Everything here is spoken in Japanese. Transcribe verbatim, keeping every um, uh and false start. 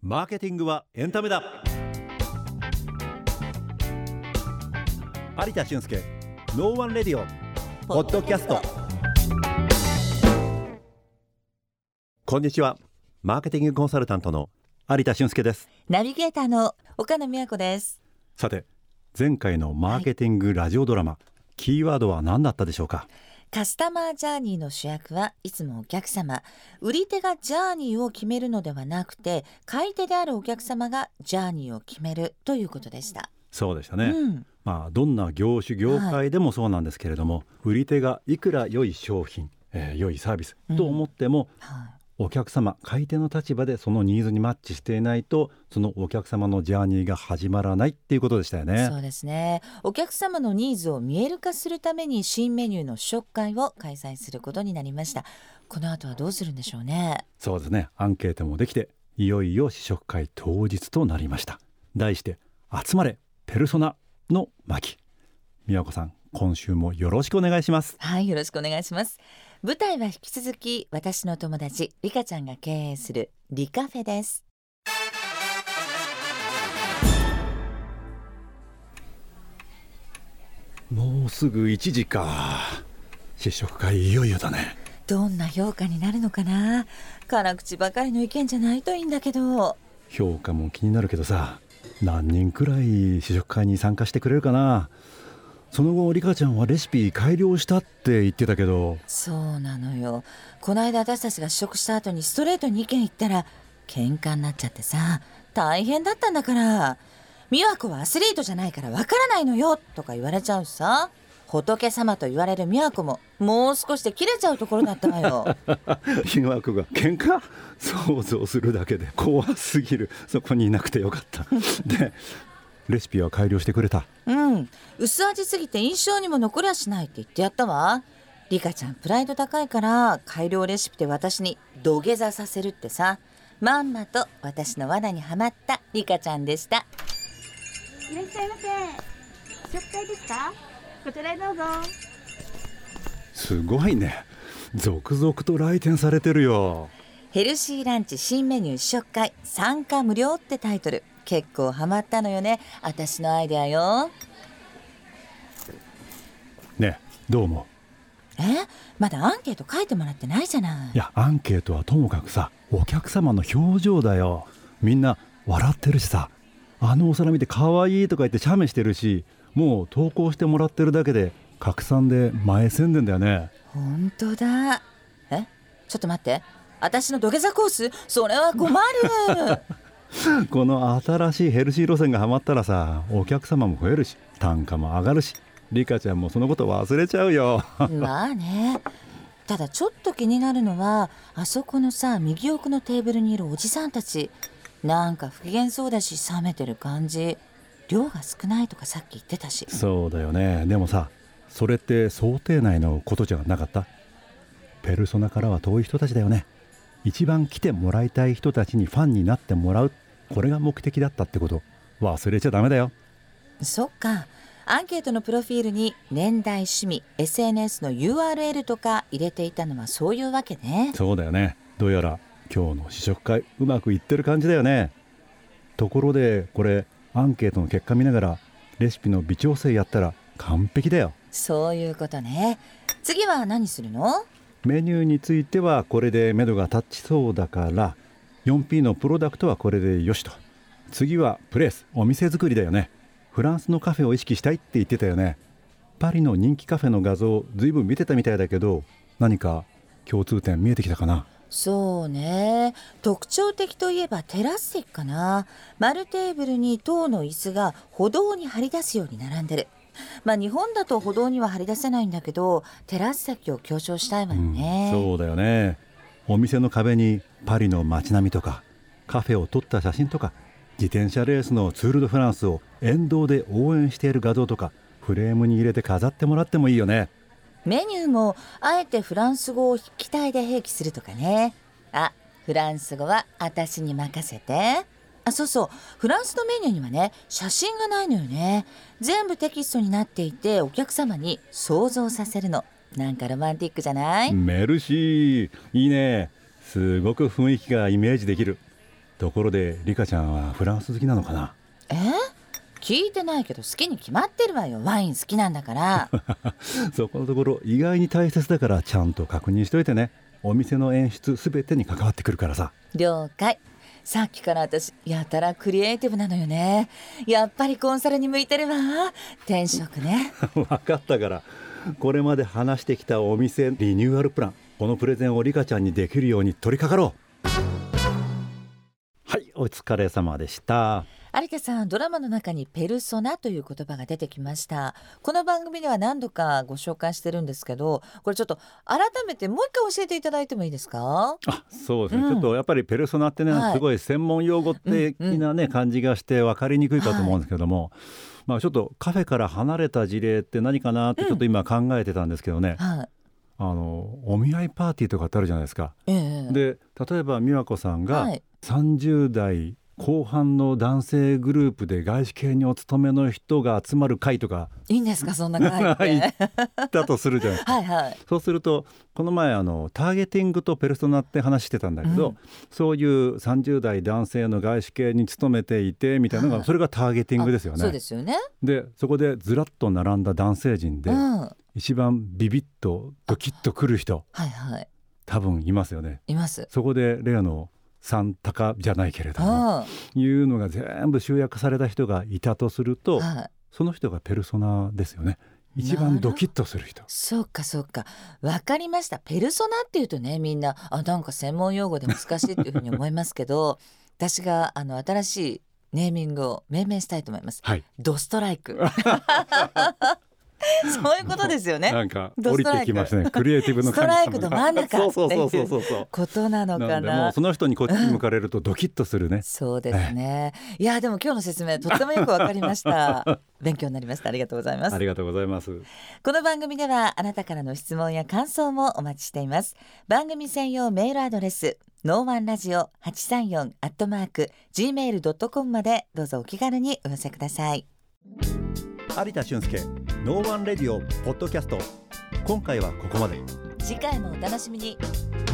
マーケティングはエンタメだ。有田俊介ノーワンレディオポッドキャスト。こんにちは、マーケティングコンサルタントの有田俊介です。 ナビゲーターの岡野美和子です。 さて、前回のマーケティングラジオドラマ、はい、キーワードは何だったでしょうか。 カスタマージャーニーの主役はいつもお客様。売り手がジャーニーを決めるのではなくて、買い手であるお客様がジャーニーを決めるということでした。 そうでしたね、 うん、 まあ、どんな業種業界でもそうなんですけれども、はい、売り手がいくら良い商品、えー、良いサービスと思っても、うん、はい、お客様買い手の立場でそのニーズにマッチしていないと、そのお客様のジャーニーが始まらないっていうことでしたよね。 そうですね。お客様のニーズを見える化するために新メニューの試食会を開催することになりました。この後はどうするんでしょうね。 そうですね、アンケートもできて、いよいよ試食会当日となりました。題して集まれペルソナの巻。美和子さん、今週もよろしくお願いします。 はい、よろしくお願いします。舞台は引き続き私の友達リカちゃんが経営するリカフェです。 もうすぐいちじか。試食会いよいよだね。 どんな評価になるのかな。辛口ばかりの意見じゃないといいんだけど。 評価も気になるけどさ、何人くらい試食会に参加してくれるかな。その後リカちゃんはレシピ改良したって言ってたけど。 そうなのよ。この間私たちが試食した後にストレートに意見言ったら喧嘩になっちゃってさ、大変だったんだから。美和子はアスリートじゃないからわからないのよとか言われちゃうしさ、仏様と言われる美和子ももう少しで切れちゃうところだったわよ。 美和子が喧嘩？想像するだけで怖すぎる。そこにいなくてよかったで、レシピは改良してくれた？ うん、薄味すぎて印象にも残りゃしないって言ってやったわ。リカちゃんプライド高いから改良レシピで私に土下座させるってさ、まんまと私の罠にはまったリカちゃんでした。 いらっしゃいませ。試食会ですか？こちらへどうぞ。 すごいね、続々と来店されてるよ。 ヘルシーランチ新メニュー試食会参加無料ってタイトル、結構ハマったのよね。私のアイデアよ。 ねえ、どう思う？ え、まだアンケート書いてもらってないじゃない。 いや、アンケートはともかくさ、お客様の表情だよ。みんな笑ってるしさ、あのお皿見て可愛いとか言って写メしてるし、もう投稿してもらってるだけで拡散で前宣伝だよね。 本当だ。え、ちょっと待って、私の土下座コース、それは困るこの新しいヘルシー路線がハマったらさ、お客様も増えるし単価も上がるし、リカちゃんもそのこと忘れちゃうよまあね。ただちょっと気になるのは、あそこのさ、右奥のテーブルにいるおじさんたち、なんか不機嫌そうだし冷めてる感じ。量が少ないとかさっき言ってたし。 そうだよね。でもさ、それって想定内のことじゃなかった？ペルソナからは遠い人たちだよね。一番来てもらいたい人たちにファンになってもらう、これが目的だったってこと忘れちゃダメだよ。 そっか。アンケートのプロフィールに年代、趣味、エスエヌエス の ユーアールエル とか入れていたのはそういうわけね。 そうだよね。どうやら今日の試食会うまくいってる感じだよね。ところでこれアンケートの結果見ながらレシピの微調整やったら完璧だよ。 そういうことね。次は何するの？ メニューについてはこれで目処が立ちそうだから フォーピー のプロダクトはこれでよしと。次はプレイス、お店作りだよね。フランスのカフェを意識したいって言ってたよね。パリの人気カフェの画像ずいぶん見てたみたいだけど、何か共通点見えてきたかな？ そうね、特徴的といえばテラス席かな。丸テーブルに塔の椅子が歩道に張り出すように並んでる。まあ日本だと歩道には張り出せないんだけど、テラス席を強調したいわよね、 うん、そうだよね。お店の壁にパリの街並みとかカフェを撮った写真とか、自転車レースのツール・ド・フランスを沿道で応援している画像とかフレームに入れて飾ってもらってもいいよね。 メニューもあえてフランス語を筆記体で併記するとかね。あ、フランス語は私に任せて。あ、そうそう、フランスのメニューにはね、写真がないのよね。全部テキストになっていて、お客様に想像させるの。なんかロマンティックじゃない？ メルシー、いいね。すごく雰囲気がイメージできる。 ところでリカちゃんはフランス好きなのかな？ え聞いてないけど好きに決まってるわよ。ワイン好きなんだからそこのところ意外に大切だからちゃんと確認しといてね。お店の演出すべてに関わってくるからさ。 了解。さっきから私やたらクリエイティブなのよね。やっぱりコンサルに向いてるわ。転職ね分かったから、これまで話してきたお店リニューアルプラン、このプレゼンをリカちゃんにできるように取り掛かろう。はい、お疲れ様でした。 有田さん、ドラマの中にペルソナという言葉が出てきました。この番組では何度かご紹介してるんですけど、これちょっと改めてもう一回教えていただいてもいいですか？ あ、そうですね、 うん、 ちょっとやっぱりペルソナってね、はい、すごい専門用語的な、ねうんうん、感じがして分かりにくいかと思うんですけども、はい、まあ、ちょっとカフェから離れた事例って何かなってちょっと今考えてたんですけどね、うん、はい、あのお見合いパーティーとかってあるじゃないですか、えー、で例えば美和子さんがさんじゅう代後半の男性グループで外資系にお勤めの人が集まる会とか、 いいんですかそんな会ってだとするじゃないですかはい、はい、そうするとこの前あのターゲティングとペルソナって話してたんだけど、うん、そういうさんじゅう代男性の外資系に勤めていてみたいなのが、はい、それがターゲティングですよね。 そうですよね。 でそこでずらっと並んだ男性陣で、うん、一番ビビッとドキッとくる人、はいはい、多分いますよね。 います。 そこで例の三鷹じゃないけれどもいうのが全部集約された人がいたとすると、はい、その人がペルソナですよね。一番ドキッとする人。 そうかそうか、わかりました。ペルソナっていうとね、みんなあなんか専門用語で難しいっていうふうに思いますけど私があの新しいネーミングを命名したいと思います、はい、ドストライクそういうことですよね。 なんか降りてきましたね。クリエイティブのストライクの真ん中っていうことなのかな。 なんでもうその人にこっちに向かれるとドキッとするね、うん、 そうですね。いやでも今日の説明とってもよくわかりました勉強になりました。ありがとうございます。 ありがとうございます。 この番組ではあなたからの質問や感想もお待ちしています。番組専用メールアドレスノーワンラジオはちさんよんアットマーク ジーメールドットコム までどうぞお気軽にお寄せください。 有田俊介ノーワンレディオポッドキャスト、今回はここまで。 次回もお楽しみに。